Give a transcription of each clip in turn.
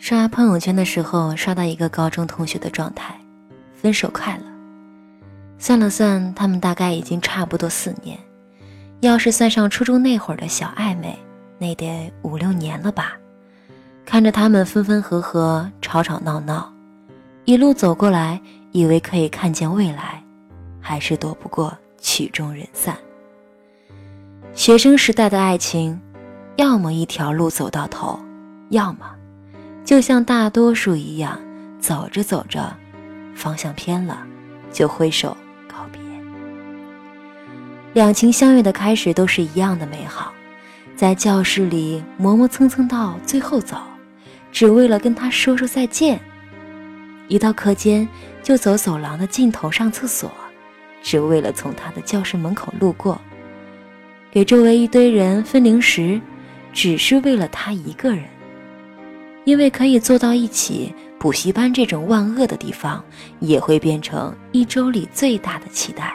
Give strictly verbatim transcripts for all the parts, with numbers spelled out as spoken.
刷朋友圈的时候，刷到一个高中同学的状态，分手快乐。算了算，他们大概已经差不多四年，要是算上初中那会儿的小暧昧，那得五六年了吧。看着他们分分合合，吵吵闹闹，一路走过来，以为可以看见未来，还是躲不过曲终人散。学生时代的爱情，要么一条路走到头，要么就像大多数一样，走着走着方向偏了，就挥手告别。两情相悦的开始都是一样的美好，在教室里磨磨蹭蹭到最后走，只为了跟他说说再见。一到课间就走走廊的尽头上厕所，只为了从他的教室门口路过。给周围一堆人分零食，只是为了他一个人。因为可以坐到一起，补习班这种万恶的地方也会变成一周里最大的期待。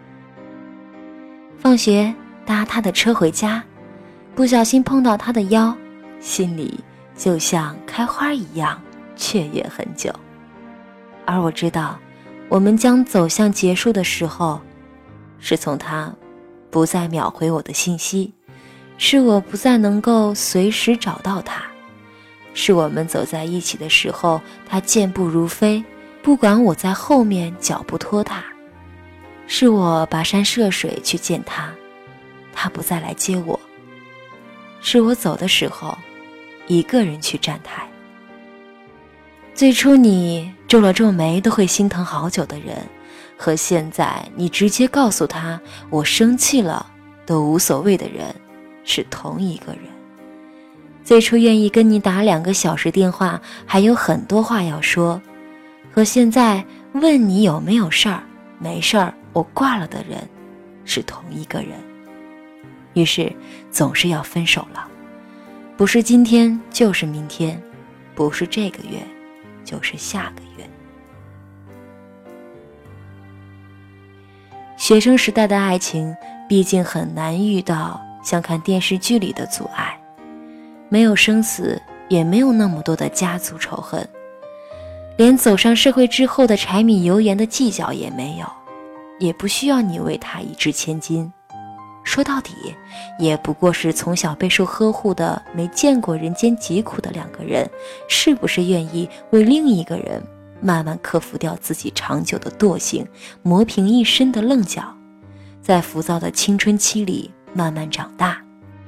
放学搭他的车回家，不小心碰到他的腰，心里就像开花一样雀跃很久。而我知道，我们将走向结束的时候，是从他不再秒回我的信息，是我不再能够随时找到他，是我们走在一起的时候，他健步如飞，不管我在后面脚步拖沓，是我跋山涉水去见他，他不再来接我，是我走的时候一个人去站台。最初你皱了皱眉都会心疼好久的人，和现在你直接告诉他我生气了都无所谓的人，是同一个人。最初愿意跟你打两个小时电话，还有很多话要说，和现在问你有没有事儿，没事儿我挂了的人，是同一个人。于是总是要分手了，不是今天就是明天，不是这个月就是下个月。学生时代的爱情毕竟很难遇到像看电视剧里的阻碍，没有生死，也没有那么多的家族仇恨，连走上社会之后的柴米油盐的计较也没有，也不需要你为他一掷千金。说到底，也不过是从小备受呵护的没见过人间疾苦的两个人，是不是愿意为另一个人慢慢克服掉自己长久的惰性，磨平一身的棱角，在浮躁的青春期里慢慢长大。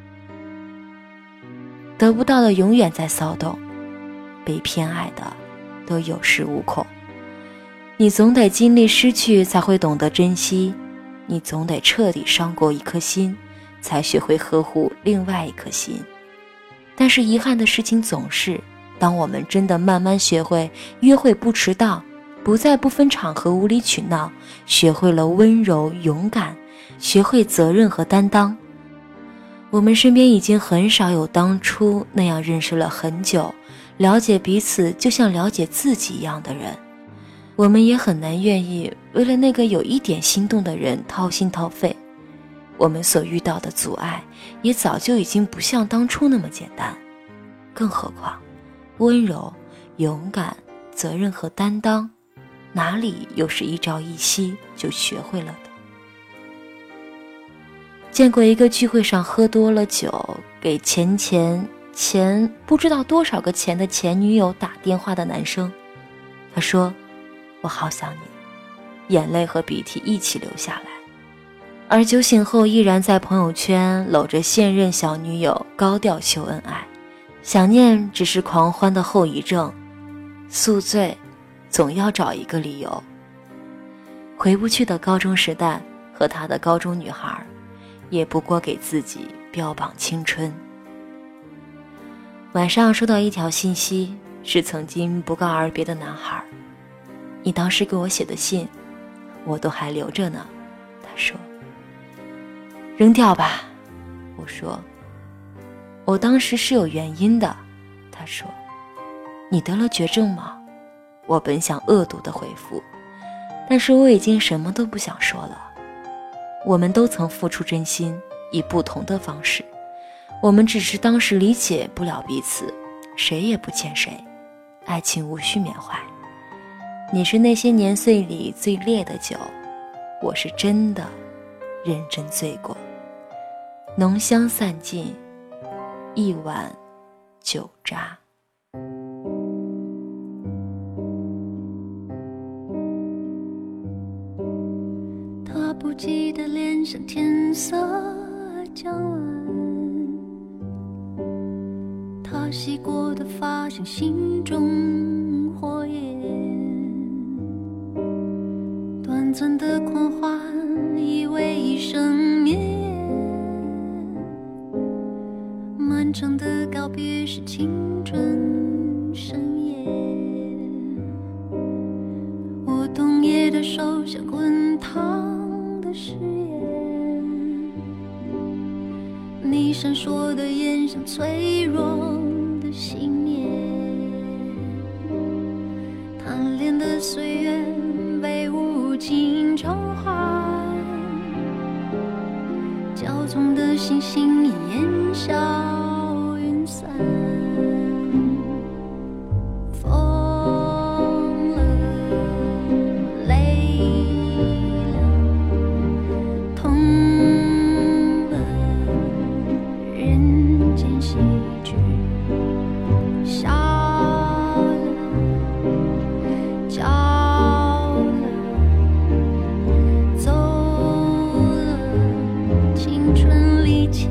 得不到的永远在骚动，被偏爱的都有恃无恐。你总得经历失去才会懂得珍惜，你总得彻底伤过一颗心，才学会呵护另外一颗心。但是遗憾的事情总是，当我们真的慢慢学会约会不迟到，不再不分场合无理取闹，学会了温柔勇敢，学会责任和担当，我们身边已经很少有当初那样认识了很久，了解彼此就像了解自己一样的人。我们也很难愿意为了那个有一点心动的人掏心掏肺，我们所遇到的阻碍也早就已经不像当初那么简单。更何况温柔勇敢责任和担当，哪里又是一朝一夕就学会了的。见过一个聚会上喝多了酒，给前前前不知道多少个钱的前女友打电话的男生，他说我好想你，眼泪和鼻涕一起流下来。而酒醒后依然在朋友圈搂着现任小女友高调秀恩爱，想念只是狂欢的后遗症，宿醉总要找一个理由。回不去的高中时代和他的高中女孩，也不过给自己标榜青春。晚上收到一条信息，是曾经不告而别的男孩，你当时给我写的信我都还留着呢。他说扔掉吧。我说我当时是有原因的。他说你得了绝症吗？我本想恶毒的回复，但是我已经什么都不想说了。我们都曾付出真心，以不同的方式，我们只是当时理解不了彼此，谁也不欠谁， 爱情无需缅怀。你是那些年岁里最烈的酒，我是真的认真醉过。浓香散尽，一碗酒渣。 他不记得脸上天色将晚，他洗过的发像心中火焰，短暂的狂欢以为一生绵延，漫长的告别是青春深夜。我冬夜的手像滚烫的誓言，你闪烁的眼像脆弱的信念，贪恋的岁月被无尽偿还，骄纵的星星已烟消云散。疯了，累了，痛了，人间喜剧，笑了，叫了，走了，青春离奇。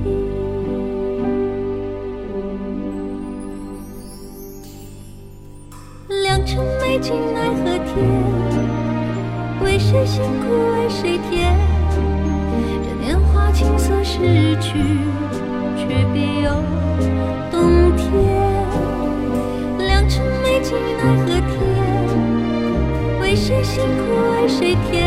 良辰美景奈何天，为谁辛苦为谁甜？这年华青涩逝去，却别有冬天。良辰美景奈何天，为谁辛苦为谁甜？